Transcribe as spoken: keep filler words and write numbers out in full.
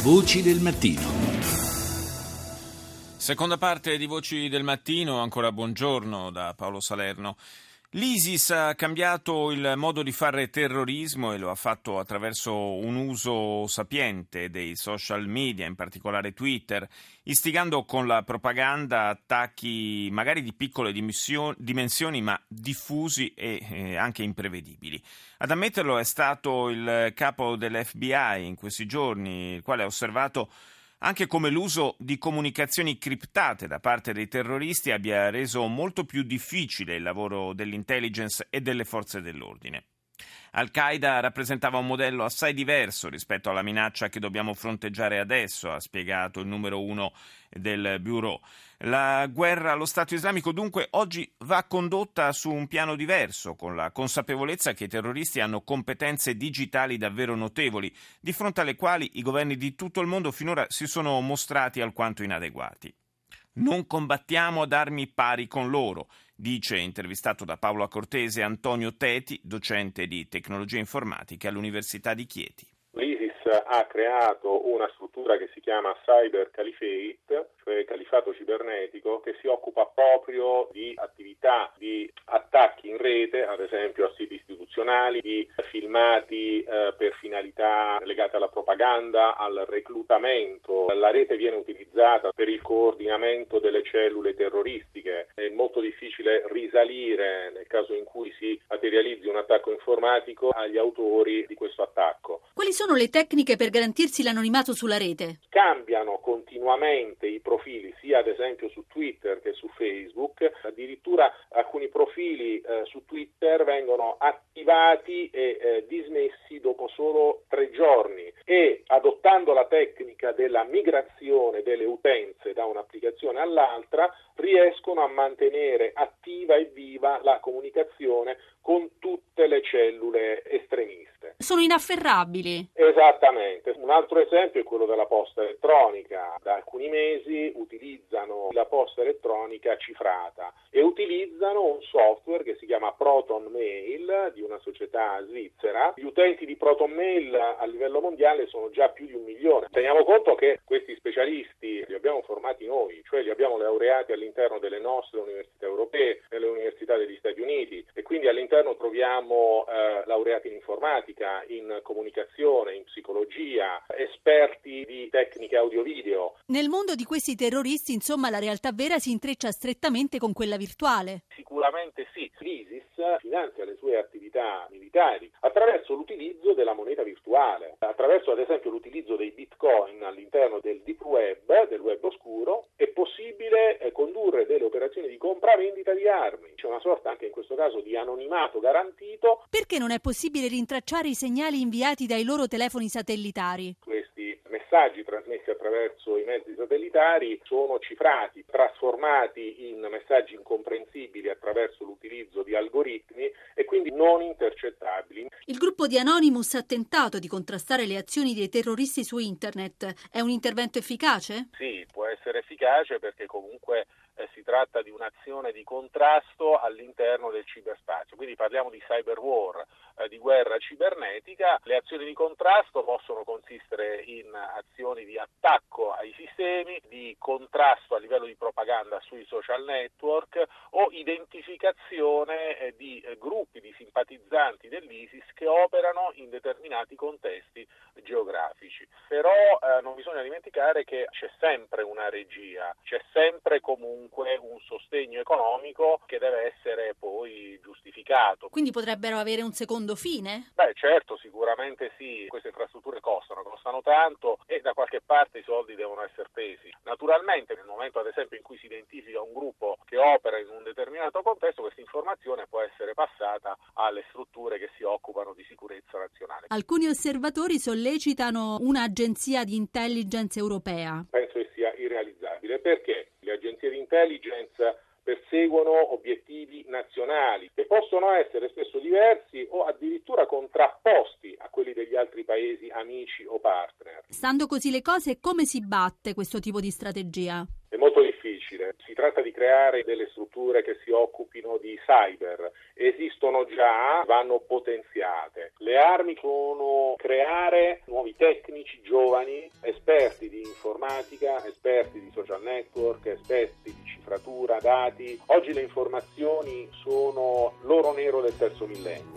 Voci del mattino. Seconda parte di Voci del Mattino, ancora buongiorno da Paolo Salerno. L'ISIS ha cambiato il modo di fare terrorismo e lo ha fatto attraverso un uso sapiente dei social media, in particolare Twitter, istigando con la propaganda attacchi magari di piccole dimensioni ma diffusi e eh, anche imprevedibili. Ad ammetterlo è stato il capo dell'F B I in questi giorni, il quale ha osservato anche come l'uso di comunicazioni criptate da parte dei terroristi abbia reso molto più difficile il lavoro dell'intelligence e delle forze dell'ordine. Al-Qaeda rappresentava un modello assai diverso rispetto alla minaccia che dobbiamo fronteggiare adesso, ha spiegato il numero uno del Bureau. La guerra allo Stato islamico dunque oggi va condotta su un piano diverso, con la consapevolezza che i terroristi hanno competenze digitali davvero notevoli, di fronte alle quali i governi di tutto il mondo finora si sono mostrati alquanto inadeguati. Non combattiamo ad armi pari con loro, dice, intervistato da Paola Cortese, Antonio Teti, docente di tecnologia informatica all'Università di Chieti. L'ISIS ha creato una struttura che si chiama Cyber Caliphate, cioè califato cibernetico, che si occupa proprio di attività di attacchi in rete, ad esempio a siti istituzionali, di filmati eh, per finalità legate alla propaganda, al reclutamento. La rete viene utilizzata per il coordinamento delle cellule terroristiche. È molto difficile risalire, nel caso in cui si materializzi un attacco informatico, agli autori di questo attacco. Quali sono le tecniche per garantirsi l'anonimato sulla rete? Cambiano continuamente i profili, sia ad esempio su Twitter che su Facebook. Addirittura alcuni profili eh, su Twitter vengono attivati e eh, dismessi dopo solo tre giorni e, adottando la tecnica della migrazione delle utenze da un'applicazione all'altra, riescono a mantenere attiva e viva la comunicazione con tutte le cellule estremiste. Sono inafferrabili. Esattamente. Un altro esempio è quello della posta elettronica. Da alcuni mesi utilizzano la posta elettronica cifrata e utilizzano un software che si chiama Proton Mail di una società svizzera. Gli utenti di Proton Mail a livello mondiale sono già più di un milione. Teniamo conto che questi specialisti li abbiamo formati noi, cioè li abbiamo laureati all'interno delle nostre università europee, nelle università degli Stati Uniti, e quindi all'interno troviamo eh, laureati in informatica, in comunicazione, in psicologia, esperti di tecniche audio-video. Nel mondo di questi terroristi, insomma, la realtà vera si intreccia strettamente con quella virtuale. Sicuramente sì. L'ISIS finanzia le sue attività militari attraverso l'utilizzo della moneta virtuale, attraverso ad esempio l'utilizzo dei bitcoin all'interno del deep web, del web oscuro. È possibile eh, condurre delle operazioni di compra-vendita di armi. C'è una sorta anche in questo caso di anonimato garantito. Perché non è possibile rintracciare i segnali inviati dai loro telefoni satellitari? Questi messaggi trasmessi attraverso i mezzi satellitari sono cifrati, trasformati in messaggi incomprensibili attraverso l'utilizzo di algoritmi e quindi non intercettabili. Il gruppo di Anonymous ha tentato di contrastare le azioni dei terroristi su internet. È un intervento efficace? Sì, può essere efficace perché comunque eh, si tratta di un'azione di contrasto all'interno del ciberspazio. Quindi parliamo di cyber war, eh, di guerra cibernetica. Le azioni di contrasto possono consistere in azioni di attacco ai sistemi, di contrasto a livello di propaganda sui social network o identificazione eh, di eh, gruppi di simpatizzanti dell'ISIS che operano in determinati contesti geografici. Però eh, non bisogna dimenticare che c'è sempre una regia, c'è sempre comunque un sostegno economico che deve essere poi giustificato. Quindi potrebbero avere un secondo fine? Beh, certo, sicuramente sì. Queste infrastrutture costano, costano tanto e da qualche parte i soldi devono essere spesi. Naturalmente nel momento ad esempio in cui si identifica un gruppo che opera in un determinato contesto, questa informazione può essere passata alle strutture che si occupano di sicurezza nazionale. Alcuni osservatori sollecitano un'agenzia di intelligence europea. Penso che sia irrealizzabile perché le agenzie di intelligence perseguono obiettivi nazionali che possono essere spesso diversi o addirittura contrapposti a quelli degli altri paesi amici o partner. Stando così le cose, come si batte questo tipo di strategia? È molto difficile. Si tratta di creare delle strutture che si occupino di cyber. Esistono già, vanno potenziate. Le armi sono creare nuovi tecnici giovani, esperti di informatica, esperti di social network, esperti di cifratura, dati. Oggi le informazioni sono l'oro nero del terzo millennio.